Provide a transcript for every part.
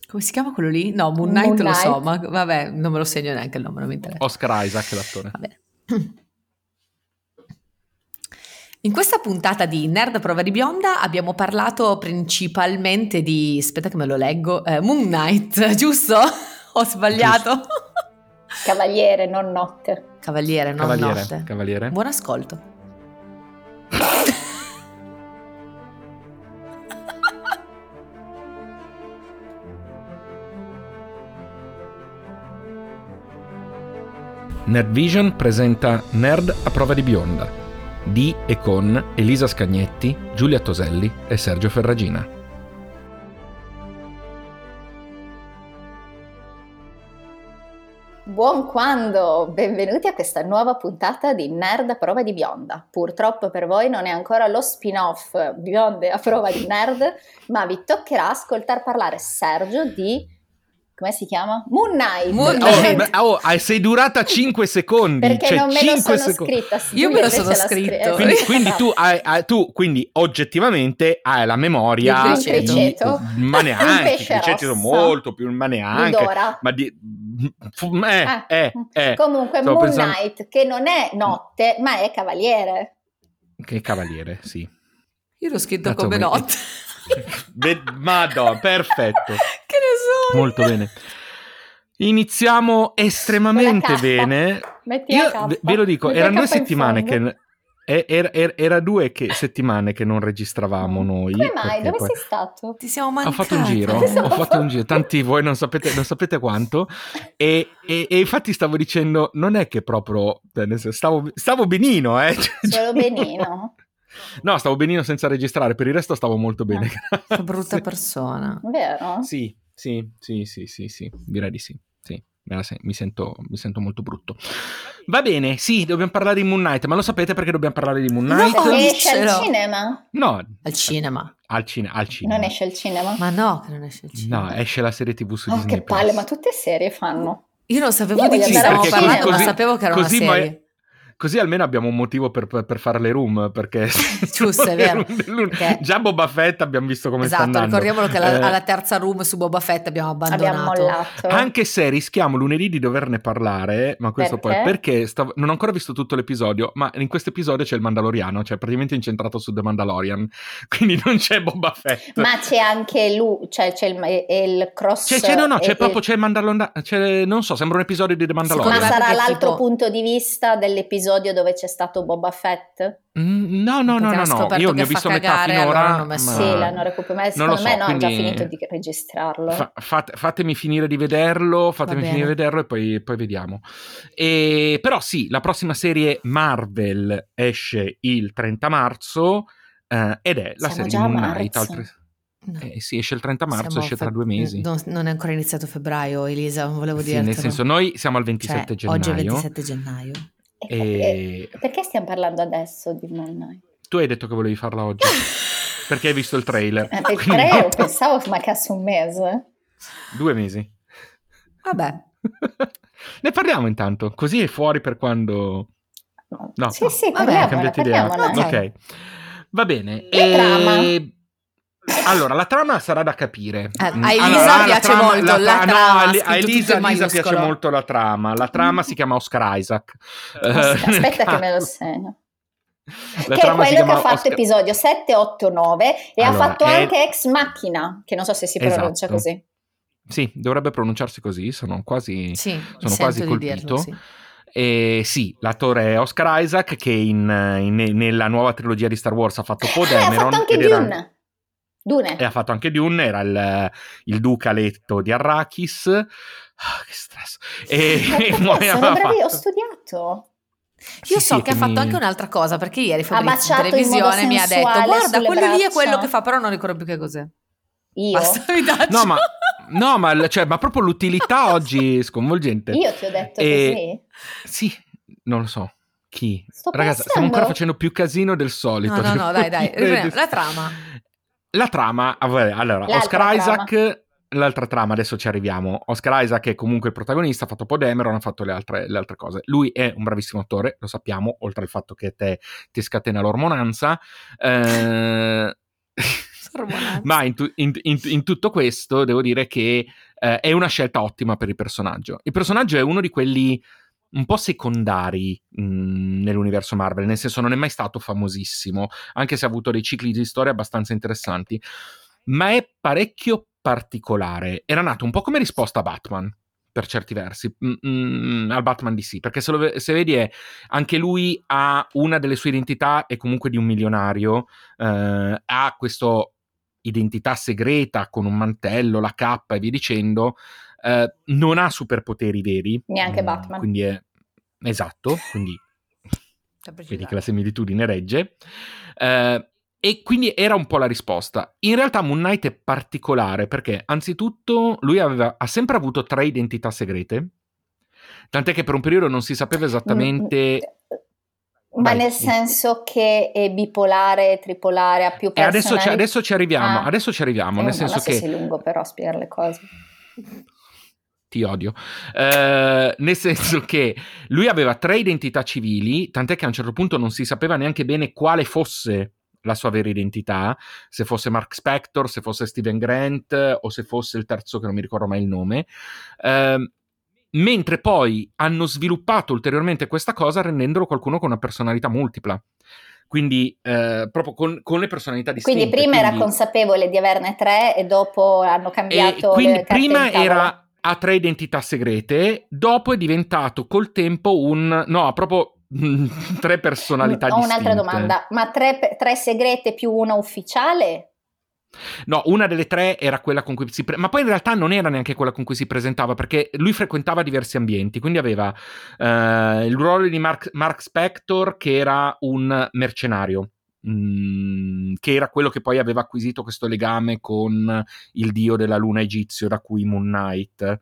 Come si chiama quello lì? No, Moon Knight lo so, ma vabbè, non me lo segno neanche il nome, non mi interessa. Oscar Isaac, l'attore. Va bene. In questa puntata di Nerd a prova di bionda abbiamo parlato principalmente di, aspetta che me lo leggo, Moon Knight, giusto? Ho sbagliato? Giusto. Cavaliere, non notte. Cavaliere, non notte. Cavaliere. Buon ascolto. Nerdvision presenta Nerd a prova di bionda di e con Elisa Scagnetti, Giulia Toselli e Sergio Ferragina. Buon quando! Benvenuti a questa nuova puntata di Nerd a prova di bionda. Purtroppo per voi non è ancora lo spin-off Bionde a prova di nerd, ma vi toccherà ascoltar parlare Sergio di... come si chiama? Moon Knight. Sei durata 5 secondi. Perché non me lo sono scritta. Io me lo sono scritto. Quindi tu quindi oggettivamente hai la memoria di criceto. Ma neanche. I criceti sono molto più, ma neanche. Ma Comunque Moon Knight, che non è notte, ma è cavaliere. Che cavaliere, sì. Io l'ho scritto come notte. Madonna, perfetto. Che ne so. Molto bene. Iniziamo estremamente bene. Io ve lo dico, erano 2 settimane che era 2 settimane che non registravamo noi. Come mai? Dove sei stato? Ti siamo mancati. Ho fatto un giro, tanti voi non sapete quanto. E infatti stavo dicendo, non è che proprio stavo benino, Solo benino. No, stavo benino senza registrare, per il resto stavo molto bene. Che brutta persona. Vero? Sì, direi di sì. Sì, mi sento molto brutto. Va bene, sì, dobbiamo parlare di Moon Knight, ma lo sapete perché dobbiamo parlare di Moon Knight? No, esce al cinema? No. Al cinema. Al cinema. Non esce al cinema? Ma no, che non esce al cinema. No, esce la serie TV su Disney+. Che palle, ma tutte serie fanno. Io non sapevo di chi stavamo parlando, ma sapevo che era una serie. Così almeno abbiamo un motivo per fare le room, perché giusto, è vero. Già Boba Fett abbiamo visto come sta andando. Ricordiamolo che alla terza room su Boba Fett abbiamo abbandonato. Abbiamo mollato. Anche se rischiamo lunedì di doverne parlare, ma questo perché non ho ancora visto tutto l'episodio, ma in questo episodio c'è il Mandaloriano, cioè praticamente incentrato su The Mandalorian, quindi non c'è Boba Fett. Ma c'è anche lui, cioè c'è il cross. C'è il Mandalorian, non so, sembra un episodio di The Mandalorian. Ma sarà l'altro punto di vista dell'episodio dove c'è stato Boba Fett? No, io ne ho visto metà finora. Sì, l'hanno recuperato, secondo me hanno già finito di registrarlo. Fatemi finire di vederlo, e poi vediamo. Però sì, la prossima serie Marvel esce il 30 marzo ed è la serie Moon Knight. Sì, esce il 30 marzo, esce tra 2 mesi. Non è ancora iniziato febbraio, Elisa, volevo dirtelo. Nel senso, noi siamo al 27 gennaio. Oggi è il 27 gennaio. Perché stiamo parlando adesso di Moon Knight? Tu hai detto che volevi farla oggi perché hai visto il trailer. Il trailer pensavo mancasse un mese. 2 mesi. Vabbè. Ne parliamo intanto, così è fuori per quando... No. Sì, parliamone. Ok, va bene. La trama. Allora, la trama sarà da capire. A Elisa piace molto la trama. A Elisa piace molto la trama. La trama si chiama Oscar Isaac. Aspetta che me lo segno. Che è quello che ha fatto episodio 7, 8, 9 e ha fatto anche Ex Machina, che non so se si pronuncia così. Sì, dovrebbe pronunciarsi così, sono quasi colpito. Dirlo, sì. E sì, l'attore è Oscar Isaac, che nella nuova trilogia di Star Wars ha fatto Poe Dameron. Ha fatto anche Dune. E ha fatto anche Dune, era il duca Leto di Arrakis. Che stress. Sono bravi, ho studiato. Io so che ha fatto anche un'altra cosa, perché ieri Fabrizio in televisione mi ha detto guarda, quello lì è quello che fa, però non ricordo più che cos'è. Io? Ma proprio l'utilità oggi è sconvolgente. Io ti ho detto così? Sì, non lo so. Chi? Ragazzi, stiamo ancora facendo più casino del solito. No, dai. La trama, allora, Oscar Isaac, l'altra trama, adesso ci arriviamo. Oscar Isaac è comunque il protagonista, ha fatto Poe Dameron, ha fatto le altre cose. Lui è un bravissimo attore, lo sappiamo, oltre al fatto che ti scatena l'ormonanza. Ma in tutto questo devo dire che è una scelta ottima per il personaggio. Il personaggio è uno di quelli un po' secondari nell'universo Marvel, nel senso non è mai stato famosissimo, anche se ha avuto dei cicli di storia abbastanza interessanti, ma è parecchio particolare. Era nato un po' come risposta a Batman, per certi versi, al Batman DC, perché se vedi anche lui ha una delle sue identità, è comunque di un milionario, ha questo identità segreta con un mantello, la cappa e via dicendo, non ha superpoteri veri. Neanche Batman. Quindi è esatto, quindi vedi che la similitudine regge. E quindi era un po' la risposta. In realtà Moon Knight è particolare perché anzitutto lui ha sempre avuto 3 identità segrete, tant'è che per un periodo non si sapeva esattamente... Ma nel senso che è bipolare, tripolare, ha più personalità. Adesso ci arriviamo, nel senso che... Non sei lungo però a spiegare le cose. Ti odio. Nel senso che lui aveva 3 identità civili, tant'è che a un certo punto non si sapeva neanche bene quale fosse la sua vera identità, se fosse Mark Spector, se fosse Steven Grant o se fosse il terzo che non mi ricordo mai il nome. Mentre poi hanno sviluppato ulteriormente questa cosa rendendolo qualcuno con una personalità multipla, quindi proprio con le personalità distinte. Quindi prima era consapevole di averne 3 e dopo hanno cambiato quindi prima ha 3 identità segrete, dopo è diventato col tempo ha proprio 3 personalità distinte. Ho un'altra domanda, ma 3 segrete più una ufficiale? No, una delle 3 era quella con cui ma poi in realtà non era neanche quella con cui si presentava, perché lui frequentava diversi ambienti, quindi aveva il ruolo di Mark Spector, che era un mercenario, che era quello che poi aveva acquisito questo legame con il dio della luna egizio, da cui Moon Knight.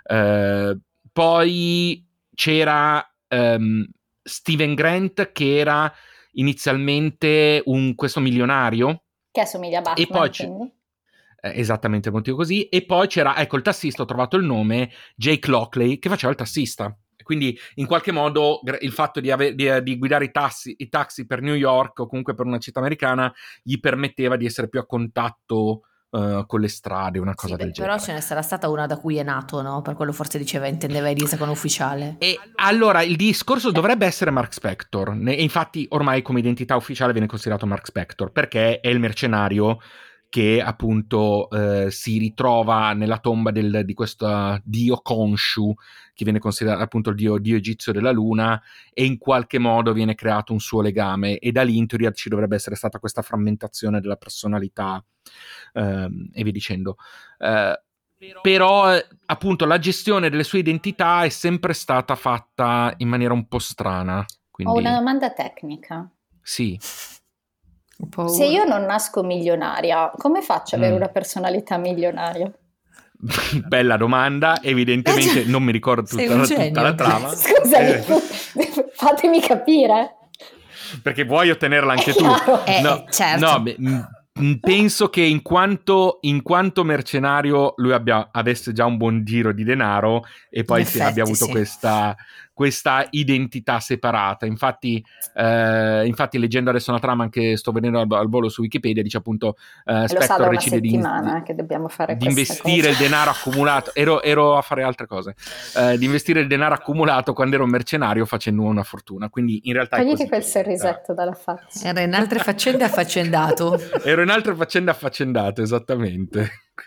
Poi c'era Steven Grant, che era inizialmente questo milionario che assomiglia a Batman, e poi esattamente il motivo così. E poi c'era, il tassista, ho trovato il nome, Jake Lockley, che faceva il tassista. Quindi in qualche modo il fatto di guidare i taxi per New York o comunque per una città americana gli permetteva di essere più a contatto con le strade, una cosa del genere. Però ce ne sarà stata una da cui è nato, no? Per quello forse intendeva Elisa con ufficiale. E allora il discorso dovrebbe essere Mark Spector, e infatti ormai come identità ufficiale viene considerato Mark Spector, perché è il mercenario che appunto si ritrova nella tomba di questo dio Khonshu, che viene considerato appunto il dio egizio della luna, e in qualche modo viene creato un suo legame, e da lì in teoria ci dovrebbe essere stata questa frammentazione della personalità e via dicendo. Però appunto la gestione delle sue identità è sempre stata fatta in maniera un po' strana. Quindi... Ho una domanda tecnica. Sì. Se io non nasco milionaria, come faccio ad avere una personalità milionaria? Bella domanda, evidentemente non mi ricordo tutta la trama. Scusami, fatemi capire. Perché vuoi ottenerla anche tu. Certo. No, penso che in quanto mercenario lui avesse già un buon giro di denaro e poi abbia avuto questa identità separata. Infatti leggendo adesso una trama, anche sto vedendo al volo su Wikipedia, dice appunto Spector decide che dobbiamo fare di investire il denaro accumulato. Ero a fare altre cose, di investire il denaro accumulato quando ero un mercenario facendo una fortuna. Quindi in realtà togliti quel sorrisetto dalla faccia. Era in altre faccende affaccendato. Ero in altre faccende affaccendato, esattamente.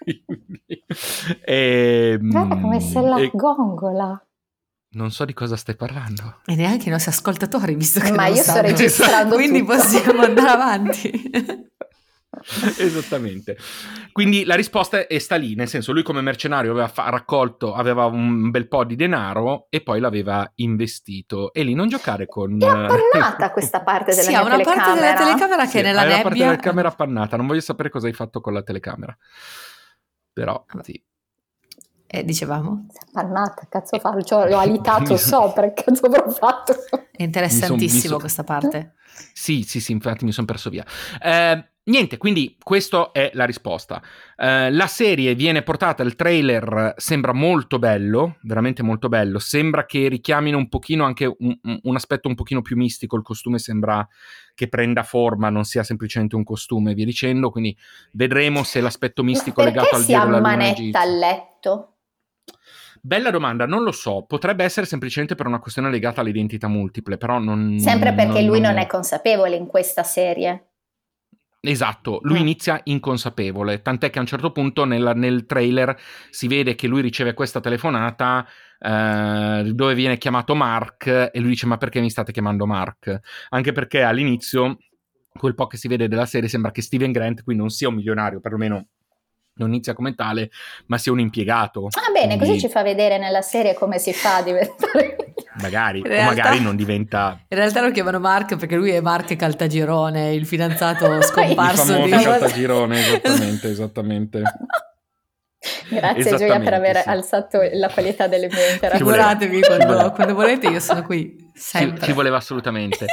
Guarda come se la gongola. Non so di cosa stai parlando. E neanche i nostri ascoltatori, visto che ma non io sto registrando quindi tutto. possiamo andare avanti. Esattamente. Quindi la risposta sta lì, nel senso, lui come mercenario aveva un bel po' di denaro e poi l'aveva investito. E lì non giocare con... È appannata questa parte della mia telecamera. Sì, ha una parte della telecamera che è nella nebbia. La parte della telecamera appannata, non voglio sapere cosa hai fatto con la telecamera. Però, sì. Dicevamo? Si è appannata, cazzo fa? L'ho alitato sopra, che cazzo avrò fatto? È interessantissimo questa parte. Sì, infatti mi sono perso via. Niente, quindi questa è la risposta. La serie viene portata, il trailer sembra molto bello, veramente molto bello, sembra che richiamino un pochino anche un aspetto un pochino più mistico, il costume sembra che prenda forma, non sia semplicemente un costume e via dicendo, quindi vedremo se l'aspetto mistico legato al dio della luna egizio. Perché si ammanetta al letto? Bella domanda, non lo so, potrebbe essere semplicemente per una questione legata all'identità multiple, però non... Sempre perché lui non è consapevole in questa serie. Esatto, lui inizia inconsapevole, tant'è che a un certo punto nel trailer si vede che lui riceve questa telefonata dove viene chiamato Mark e lui dice ma perché mi state chiamando Mark? Anche perché all'inizio, quel po' che si vede della serie, sembra che Steven Grant qui non sia un milionario, perlomeno non inizia come tale, ma sia un impiegato. Ah bene, quindi... così ci fa vedere nella serie come si fa a diventare... Magari, o magari non diventa... In realtà lo chiamano Mark perché lui è Mark Caltagirone, il fidanzato scomparso di Caltagirone, esattamente. Grazie Gioia per aver alzato la qualità delle mie interazioni. Figuratevi quando volete, io sono qui sempre. Ci voleva assolutamente.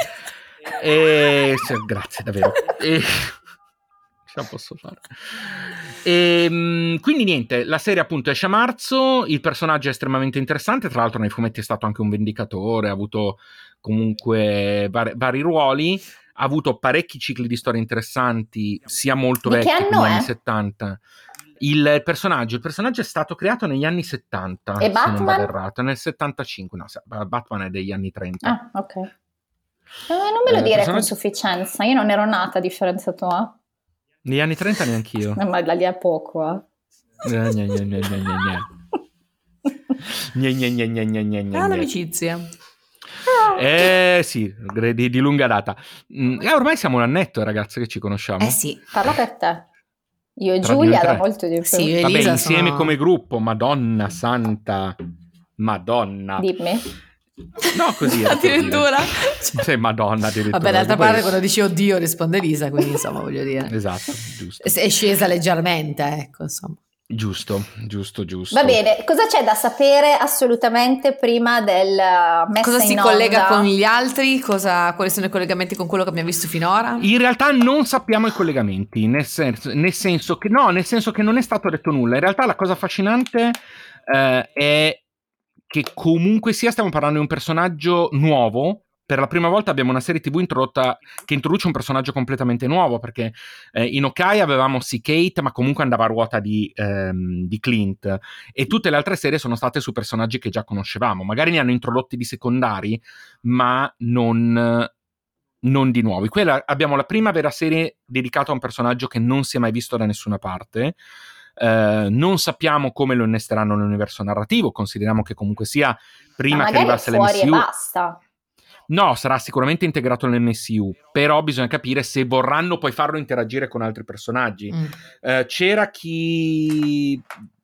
Grazie davvero. Ce la posso fare. Quindi niente, la serie appunto esce a marzo, il personaggio è estremamente interessante, tra l'altro nei fumetti è stato anche un vendicatore, ha avuto comunque vari ruoli, ha avuto parecchi cicli di storie interessanti, sia molto vecchi come negli anni 70. Il personaggio è stato creato negli anni 70, e Batman? Non vado errato, nel 75, no, Batman è degli anni 30. Ah, ok. Non me lo dire con sufficienza, io non ero nata a differenza tua. Negli anni 30 neanch'io. Ma da lì a poco, l'amicizia. Sì, di lunga data. Ormai siamo un annetto, ragazze, che ci conosciamo. Sì, parla per te. Io e Giulia da molto di più. Sì, io e Vabbè, Elisa insieme come gruppo, Madonna santa. Madonna. Dimmi. No, così addirittura. Sì, Madonna, addirittura. Vabbè, d'altra parte quando dici oddio risponde Elisa, quindi insomma voglio dire. Esatto, giusto. È scesa leggermente, ecco, insomma. Giusto. Va bene, cosa c'è da sapere assolutamente prima del messa in onda? Cosa si collega con gli altri? Quali sono i collegamenti con quello che abbiamo visto finora? In realtà non sappiamo i collegamenti, nel senso che non è stato detto nulla. In realtà la cosa affascinante è che comunque sia stiamo parlando di un personaggio nuovo. Per la prima volta abbiamo una serie TV introdotta che introduce un personaggio completamente nuovo, perché in Hawkeye avevamo Kate, ma comunque andava a ruota di Clint, e tutte le altre serie sono state su personaggi che già conoscevamo. Magari ne hanno introdotti di secondari, ma non di nuovi. Quella abbiamo la prima vera serie dedicata a un personaggio che non si è mai visto da nessuna parte. Non sappiamo come lo innesteranno nell'universo narrativo, consideriamo che comunque sia prima che arrivasse l'MCU. E basta. No, sarà sicuramente integrato nell'MCU, però bisogna capire se vorranno poi farlo interagire con altri personaggi. C'era chi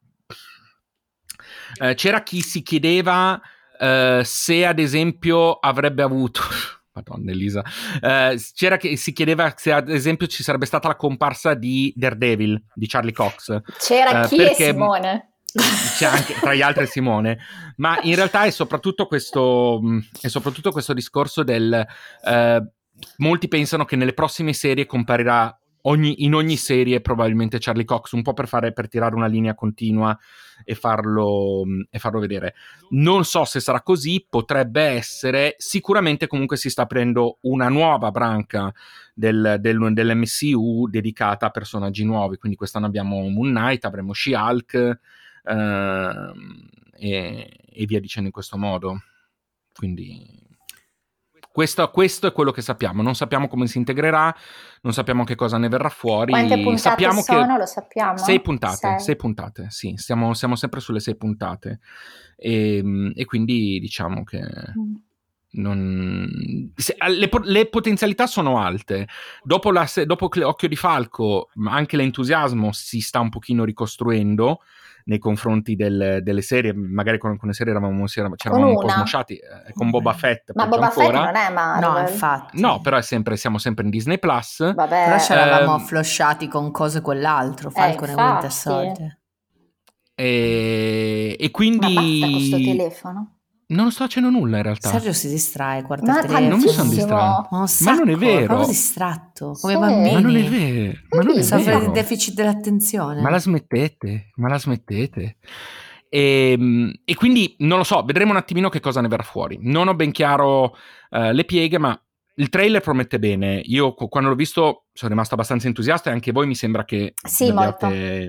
si chiedeva se ad esempio avrebbe avuto... Madonna Elisa. C'era che si chiedeva se ad esempio ci sarebbe stata la comparsa di Daredevil di Charlie Cox. C'era chi e Simone. C'è anche tra gli altri Simone, ma in realtà è soprattutto questo discorso del molti pensano che nelle prossime serie comparirà in ogni serie probabilmente Charlie Cox, un po' per tirare una linea continua e farlo vedere. Non so se sarà così, potrebbe essere. Sicuramente comunque si sta aprendo una nuova branca dell'MCU dedicata a personaggi nuovi, quindi quest'anno abbiamo Moon Knight, avremo She-Hulk e via dicendo in questo modo. Quindi questo è quello che sappiamo. Non sappiamo come si integrerà, non sappiamo che cosa ne verrà fuori. Quante puntate sappiamo sono? Lo sappiamo? 6 puntate. 6 puntate, sì. Siamo sempre sulle 6 puntate. E quindi diciamo che le potenzialità sono alte. Dopo Occhio di Falco, anche l'entusiasmo si sta un pochino ricostruendo nei confronti delle serie. Magari con alcune serie ci eravamo un po' smosciati, con Boba Fett. Ma Boba Fett non è Marvel. No, infatti. No, però siamo sempre in Disney Plus. Vabbè. Però ce l'avamo afflosciati con cose quell'altro, Falcon e Winter Soldier. E quindi... Ma basta questo telefono. Non sto facendo nulla in realtà. Sergio si distrae, guarda il Ma telefono. Non mi sono distratto. Ma non è vero. Proprio distratto, come Sì. bambini. Ma non è vero. Ma non è Soffre vero. di deficit dell'attenzione. Ma la smettete. E quindi non lo so, vedremo un attimino che cosa ne verrà fuori. Non ho ben chiaro le pieghe, ma il trailer promette bene. Io quando l'ho visto sono rimasto abbastanza entusiasta e anche voi mi sembra che Sì, molto.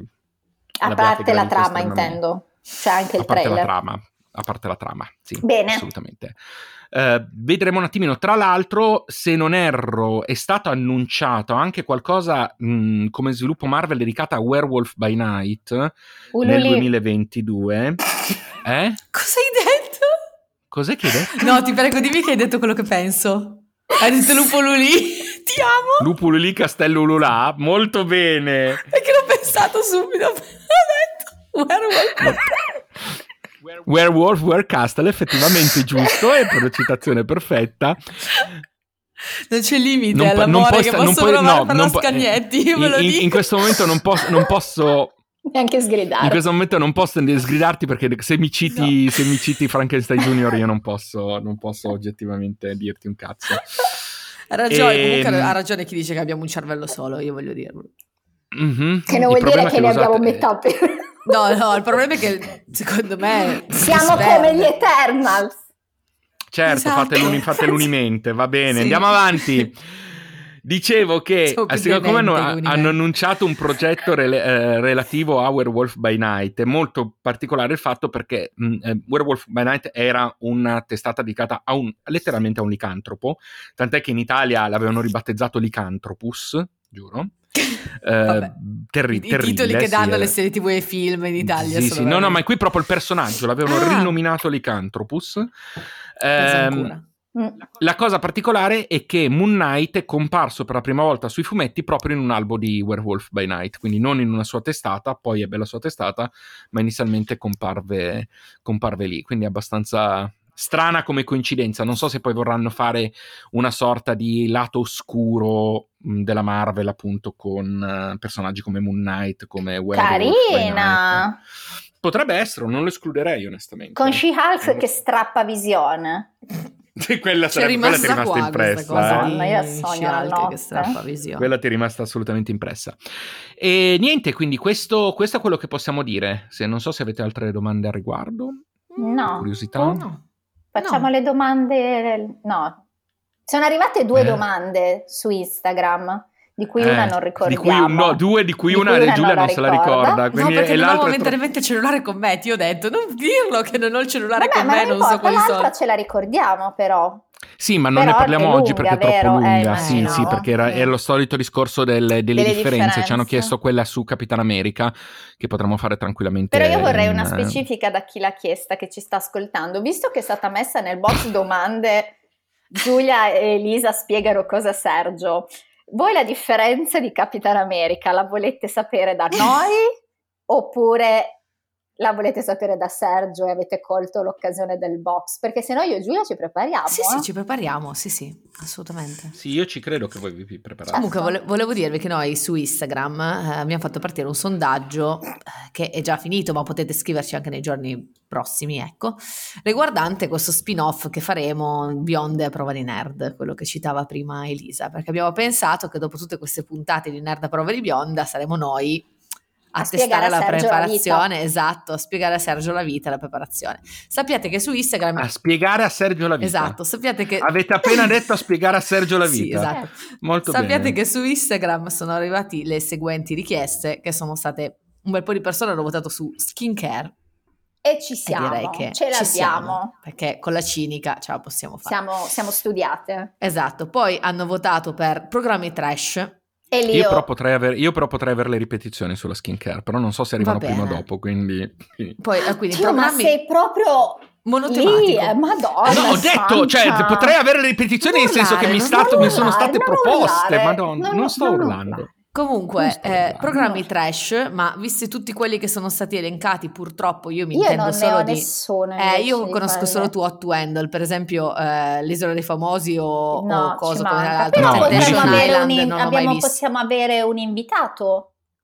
A parte la trama, intendo. Cioè anche il trailer. A parte la trama, sì. Bene. Assolutamente. Vedremo un attimino. Tra l'altro, se non erro, è stato annunciato anche qualcosa come sviluppo Marvel dedicata a Werewolf by Night nel 2022. Cosa hai detto? Cos'è che hai detto? No, ti prego, dimmi che hai detto quello che penso. Hai detto Lupo Lulì. Ti amo. Lupo Lulì, Castello Ululà. Molto bene. Perché l'ho pensato subito. Ho detto Werewolf, Werecastle, effettivamente giusto, è per citazione perfetta. Non c'è limite all'amore che posso provare per la Scagnetti, io ve lo dico. In questo momento non posso neanche sgridare. In questo momento non posso sgridarti perché se mi citi Frankenstein Junior io non posso oggettivamente dirti un cazzo. Ha ragione, comunque ha ragione chi dice che abbiamo un cervello solo, io voglio dirlo. Mm-hmm. Che non vuol dire che ne abbiamo metà per... No, il problema è che secondo me siamo come gli Eternals. Certo, esatto. fate l'unimente, va bene, sì. Andiamo avanti. Dicevo che siccome hanno annunciato un progetto relativo a Werewolf by Night, è molto particolare il fatto perché Werewolf by Night era una testata dedicata letteralmente a un licantropo, tant'è che in Italia l'avevano ribattezzato Lycanthropus, giuro. I titoli che danno alle serie TV e film in Italia sì, no, ma qui proprio il personaggio l'avevano rinominato Lycanthropus. La cosa particolare è che Moon Knight è comparso per la prima volta sui fumetti proprio in un albo di Werewolf by Night, quindi non in una sua testata, poi ebbe la sua testata, ma inizialmente comparve lì, quindi è abbastanza strana come coincidenza. Non so se poi vorranno fare una sorta di lato oscuro della Marvel, appunto, con personaggi come Moon Knight, come Werewolf by Night. Potrebbe essere, non lo escluderei onestamente. Con She-Hulk che strappa Visione. quella ti è rimasta impressa. Io sogno la notte. Quella ti è rimasta assolutamente impressa. E niente, quindi questo è quello che possiamo dire. Non so se avete altre domande al riguardo. No. Curiosità? No. Facciamo le domande. No. Sono arrivate 2 domande su Instagram, di cui una non ricordiamo. Due di cui una Giulia non se la ricorda. No, perché non ho momentaneamente il cellulare con me, ti ho detto, non dirlo che non ho il cellulare con me, non so quali sono. L'altra ce la ricordiamo però. Sì, ma non ne parliamo oggi perché è troppo lunga. Sì, perché è lo solito discorso delle differenze. Ci hanno chiesto quella su Capitan America, che potremmo fare tranquillamente. Però io vorrei una specifica da chi l'ha chiesta, che ci sta ascoltando. Visto che è stata messa nel box domande, Giulia e Elisa spiegano cosa Sergio. Voi la differenza di Capitan America la volete sapere da noi oppure la volete sapere da Sergio e avete colto l'occasione del box? Perché se no io e Giulia ci prepariamo. Sì, ci prepariamo, sì, assolutamente. Sì, io ci credo che voi vi preparate. Comunque volevo dirvi che noi su Instagram abbiamo fatto partire un sondaggio che è già finito, ma potete scriverci anche nei giorni prossimi, ecco, riguardante questo spin-off che faremo, Beyond a prova di nerd, quello che citava prima Elisa, perché abbiamo pensato che dopo tutte queste puntate di Nerd a prova di bionda saremo noi a testare la preparazione, esatto, a spiegare a Sergio la vita e la preparazione. Sappiate che su Instagram a spiegare a Sergio la vita. Esatto, sappiate che avete appena detto a spiegare a Sergio la vita. Sì, esatto. Molto sappiate bene. Che su Instagram sono arrivati le seguenti richieste, che sono state un bel po' di persone hanno votato su skincare. E ci siamo, direi che ce l'abbiamo. Perché con la cinica ce la possiamo fare. Siamo studiate. Esatto, poi hanno votato per programmi trash. E io però potrei avere le ripetizioni sulla skincare, però non so se arrivano prima o dopo, quindi quindi ma sei proprio monotematico. Madonna. No, ho detto, potrei avere le ripetizioni nel senso che mi sono state proposte. Madonna, non sto urlando. Comunque, programmi trash, ma visti tutti quelli che sono stati elencati, purtroppo io mi intendo solo di... io conosco solo tu Hot to Handle, per esempio l'Isola dei Famosi o cosa come l'altro. Possiamo avere un invitato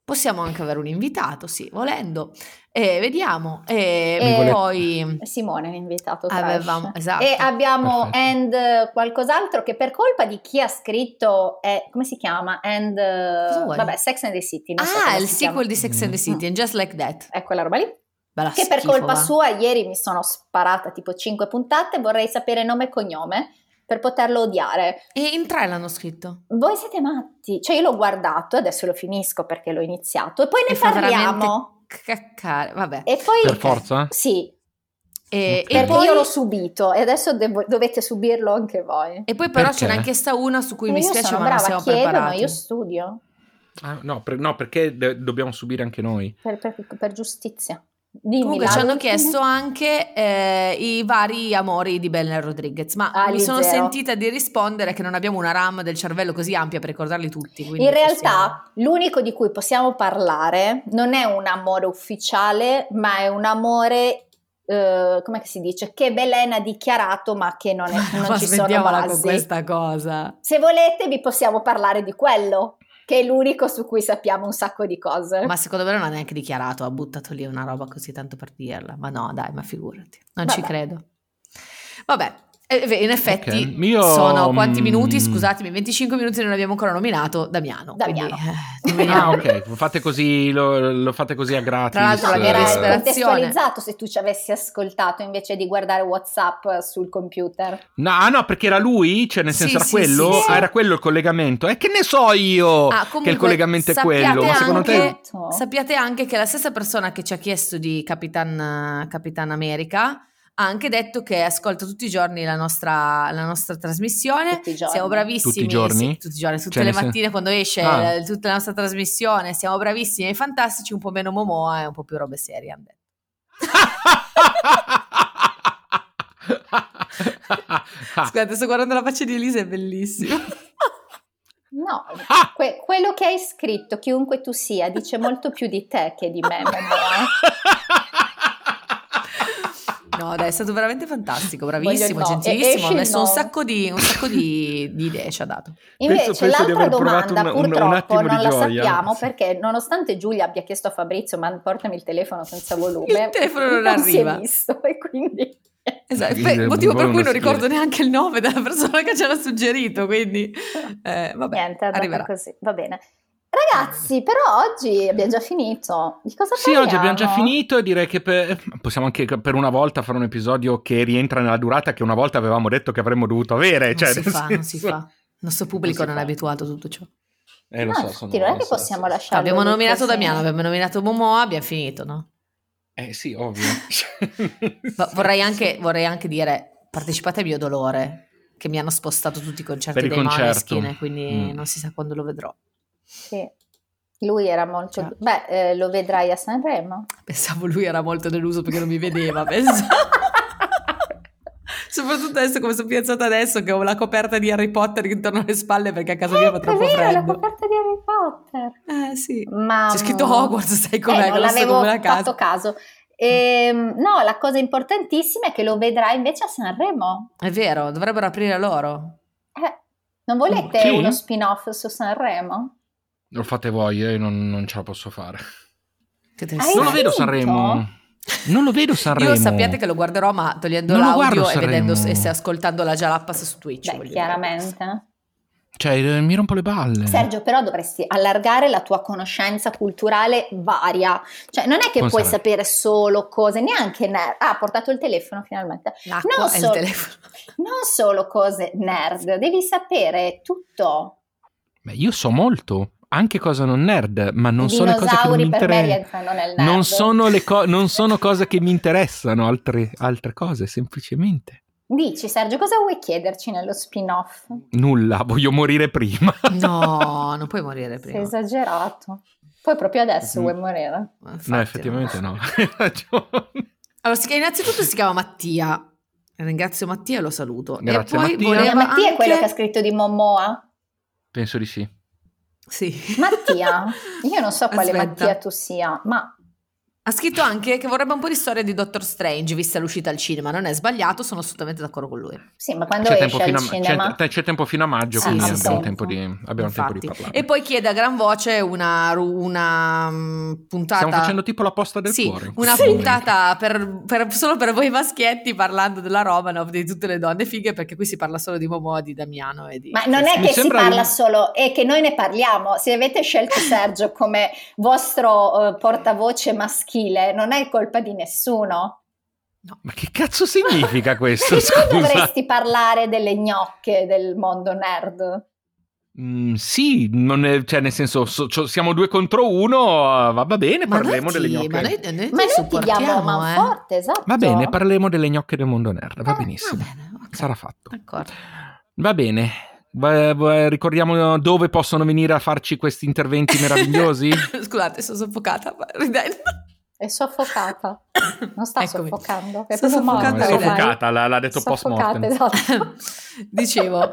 Possiamo anche avere un invitato, sì, volendo. Vediamo. E poi Simone è l'invitato avevamo, esatto. E abbiamo End qualcos'altro che per colpa di chi ha scritto come si chiama? Vabbè, Sex and the City. Non so il sequel di Sex and the City, and Just Like That. È quella roba lì. Bella che per colpa sua ieri mi sono sparata tipo 5 puntate, vorrei sapere nome e cognome per poterlo odiare. E in 3 l'hanno scritto. Voi siete matti. Cioè io l'ho guardato, adesso lo finisco perché l'ho iniziato e poi ne parliamo. Caccare, vabbè. E poi, per forza? Sì. E perché poi io l'ho subito e adesso dovete subirlo anche voi. E poi però ce n'è anche sta una su cui mi spiace, ma non siamo preparati. Ma io studio. No, perché dobbiamo subire anche noi? Per giustizia. Comunque ci hanno chiesto anche i vari amori di Belen Rodriguez, ma mi sono sentita di rispondere che non abbiamo una RAM del cervello così ampia per ricordarli tutti. In realtà l'unico di cui possiamo parlare non è un amore ufficiale, ma è un amore, come si dice, che Belen ha dichiarato ma che non ci sono basi. Con questa cosa. Se volete vi possiamo parlare di quello, che è l'unico su cui sappiamo un sacco di cose. Ma secondo me non ha neanche dichiarato, ha buttato lì una roba così tanto per dirla. Ma no, dai, ma figurati, non ci credo. Vabbè, in effetti sono quanti minuti? Scusatemi, 25 minuti non abbiamo ancora nominato Damiano. Quindi, ok, fate così, lo fate così a gratis. Tra l'altro era contestualizzato se tu ci avessi ascoltato invece di guardare WhatsApp sul computer. No, perché era lui, cioè nel senso era quello, era quello il collegamento. E che ne so io che il collegamento è quello. Ma secondo te sappiate anche che la stessa persona che ci ha chiesto di Capitan America ha anche detto che ascolta tutti i giorni la nostra trasmissione. Siamo bravissimi. Tutti i giorni? Sì, tutti i giorni, tutte le mattine quando esce tutta la nostra trasmissione. Siamo bravissimi e fantastici, un po' meno Momoa e un po' più robe serie. Scusate, sto guardando la faccia di Elisa, è bellissimo. No, quello che hai scritto, chiunque tu sia, dice molto più di te che di me, Momoa. No, dai, è stato veramente fantastico, bravissimo, gentilissimo, ha messo un sacco di idee, ci ha dato. Invece l'altra domanda purtroppo non la sappiamo perché nonostante Giulia abbia chiesto a Fabrizio ma portami il telefono senza volume, il telefono non arriva. Si è visto e quindi... Esatto, motivo per cui non ricordo neanche il nome della persona che ce l'ha suggerito, quindi vabbè, niente, arriverà così, va bene. Ragazzi, però oggi abbiamo già finito. Di cosa parliamo? Sì, oggi abbiamo già finito e direi che possiamo anche per una volta fare un episodio che rientra nella durata che una volta avevamo detto che avremmo dovuto avere. Non si fa. Il nostro pubblico non è abituato a tutto ciò. Lo so. Non è che possiamo lasciare. Abbiamo nominato Damiano, abbiamo nominato Momoa, abbiamo finito, no? Sì, ovvio. vorrei anche dire, partecipate al mio dolore, che mi hanno spostato tutti i concerti dei Måneskin, quindi non si sa quando lo vedrò. Sì, lui era molto... lo vedrai a Sanremo? Pensavo lui era molto deluso perché non mi vedeva, pensavo. Soprattutto adesso come sono piazzata adesso che ho la coperta di Harry Potter intorno alle spalle perché a casa mia fa troppo freddo. La coperta di Harry Potter. Sì. Ma c'è scritto Hogwarts, sai com'è? Non l'avevo fatto caso. No, la cosa importantissima è che lo vedrai invece a Sanremo. È vero, dovrebbero aprire loro. Non volete uno spin-off su Sanremo? Lo fate voi, io non ce la posso fare. Non lo vedo Sanremo. Non lo vedo Sanremo. Io sappiate che lo guarderò, ma togliendo l'audio e ascoltando la Jalapas su Twitch. Chiaramente. Cioè, mi rompo le balle. Sergio, però dovresti allargare la tua conoscenza culturale varia. Cioè, non è che puoi sapere solo cose, neanche nerd. Ha portato il telefono finalmente. L'acqua e il telefono. Non solo cose nerd, devi sapere tutto. Beh, io so molto. Anche cosa non nerd, ma non sono le cose che non mi interessano. Non sono cose che mi interessano, altre cose, semplicemente. Dici, Sergio, cosa vuoi chiederci nello spin-off? Nulla, voglio morire prima. No, non puoi morire prima. Sei esagerato. Poi proprio adesso vuoi morire? No, effettivamente no. Hai ragione. Allora, innanzitutto si chiama Mattia. Ringrazio Mattia e lo saluto. Grazie, e poi Mattia. Mattia è quello che ha scritto di Momoa? Penso di sì. Sì. Mattia, io non so quale Mattia tu sia, ma Ha scritto anche che vorrebbe un po' di storia di Doctor Strange, vista l'uscita al cinema. Non è sbagliato, sono assolutamente d'accordo con lui. Sì, ma quando esce al cinema... C'è tempo fino a maggio, quindi abbiamo tempo di parlare. E poi chiede a gran voce una puntata... Stiamo facendo tipo la posta del cuore. Una puntata solo per voi maschietti, parlando della Romanov, di tutte le donne fighe, perché qui si parla solo di Momoa, di Damiano e di... Ma non è che si parla solo, è che noi ne parliamo. Se avete scelto Sergio come vostro portavoce maschile, non è colpa di nessuno. No. Ma che cazzo significa questo? Tu dovresti parlare delle gnocche del mondo nerd. Sì, non è, cioè nel senso siamo 2 contro 1, va bene, parliamo delle gnocche. Ma noi ti diamo manforte, esatto. Va bene, parliamo delle gnocche del mondo nerd, va benissimo. Va bene, okay. Sarà fatto. D'accordo. Va bene. Ricordiamo dove possono venire a farci questi interventi meravigliosi? Scusate, sono soffocata ridendo. È soffocata, non sta soffocando, è soffocata, l'ha detto post mortem. Esatto. Dicevo,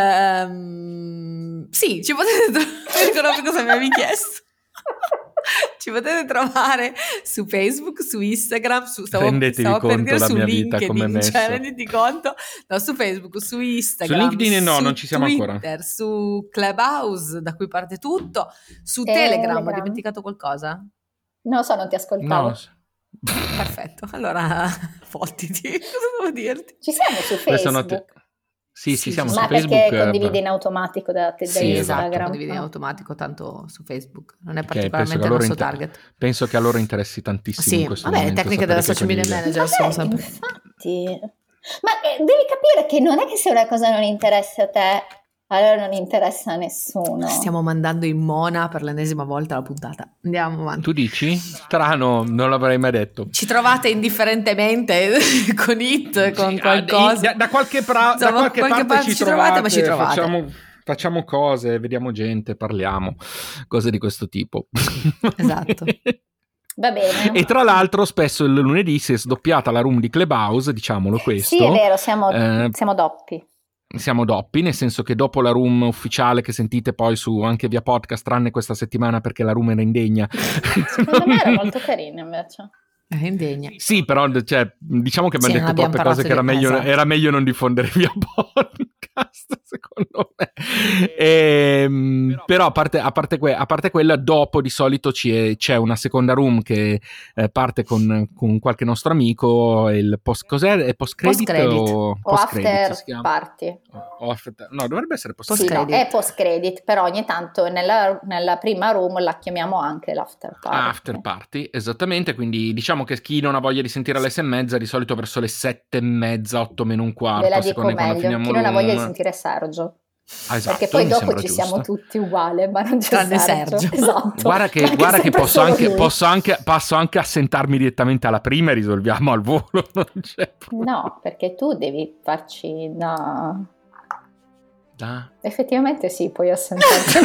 sì, ci potete non ricordo cosa mi avevi chiesto. Ci potete trovare su Facebook, su Instagram, rendetevi conto la mia vita come è messa. Cioè, renditi conto, no, su Facebook, su Instagram, su LinkedIn no, non ci siamo Twitter, ancora. Su Clubhouse, da cui parte tutto, su Telegram. Ho dimenticato qualcosa? Non so, non ti ascoltavo. No. Perfetto, allora fottiti, cosa devo dirti? Ci siamo su Facebook. Sì, siamo su Facebook. Ma perché condivide in automatico da Instagram? Esatto, condivide in automatico, tanto su Facebook. Non è particolarmente il nostro target. Penso che a loro interessi tantissimo in questo momento. Le tecniche della social media manager sono sempre... Infatti. Ma devi capire che non è che se una cosa non interessa a te, allora non interessa a nessuno. Stiamo mandando in mona per l'ennesima volta la puntata. Andiamo avanti. Tu dici? Strano, non l'avrei mai detto. Ci trovate indifferentemente con con qualcosa. Da qualche parte ci trovate, ma ci trovate. Facciamo cose, vediamo gente, parliamo, cose di questo tipo. Esatto. Va bene. E tra l'altro spesso il lunedì si è sdoppiata la room di Clubhouse, diciamolo questo. Sì, è vero, siamo doppi. Siamo doppi, nel senso che dopo la room ufficiale che sentite poi su anche via podcast, tranne questa settimana perché la room era indegna. Secondo me era molto carina invece. È indegna. Sì, però cioè, diciamo che mi hanno detto troppe cose che era meglio non diffondere via podcast, secondo me. Però a parte quella, dopo di solito c'è una seconda room che parte con qualche nostro amico, il cos'è? È post-credit o after party? No, dovrebbe essere post-credit. Sì, no, è post-credit, però ogni tanto nella prima room la chiamiamo anche l'after party. After party, esattamente, quindi diciamo che chi non ha voglia di sentire alle 6:30, di solito verso le 7:30, 8 meno un quarto. Ve la dico meglio, chi non ha voglia di sentire Sergio. Esatto, perché poi dopo ci siamo tutti uguali, ma non c'è Sergio. Esatto. Guarda che passo anche a sentarmi direttamente alla prima e risolviamo al volo. Non c'è no, perché tu devi farci effettivamente sì, puoi assentarci.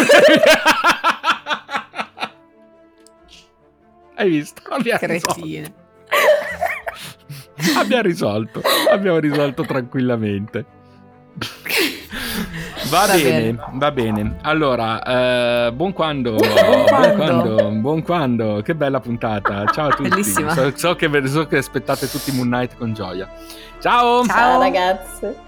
Hai visto? Abbiamo risolto tranquillamente. Va bene. Allora, buon quando. Che bella puntata. Ciao a tutti. Bellissima. So che aspettate tutti Moon Knight con gioia. Ciao ragazzi.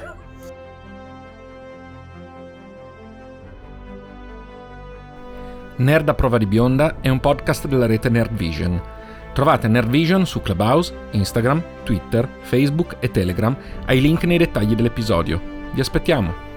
Nerd a prova di bionda è un podcast della rete Nerd Vision. Trovate Nerd Vision su Clubhouse, Instagram, Twitter, Facebook e Telegram ai link nei dettagli dell'episodio. Vi aspettiamo!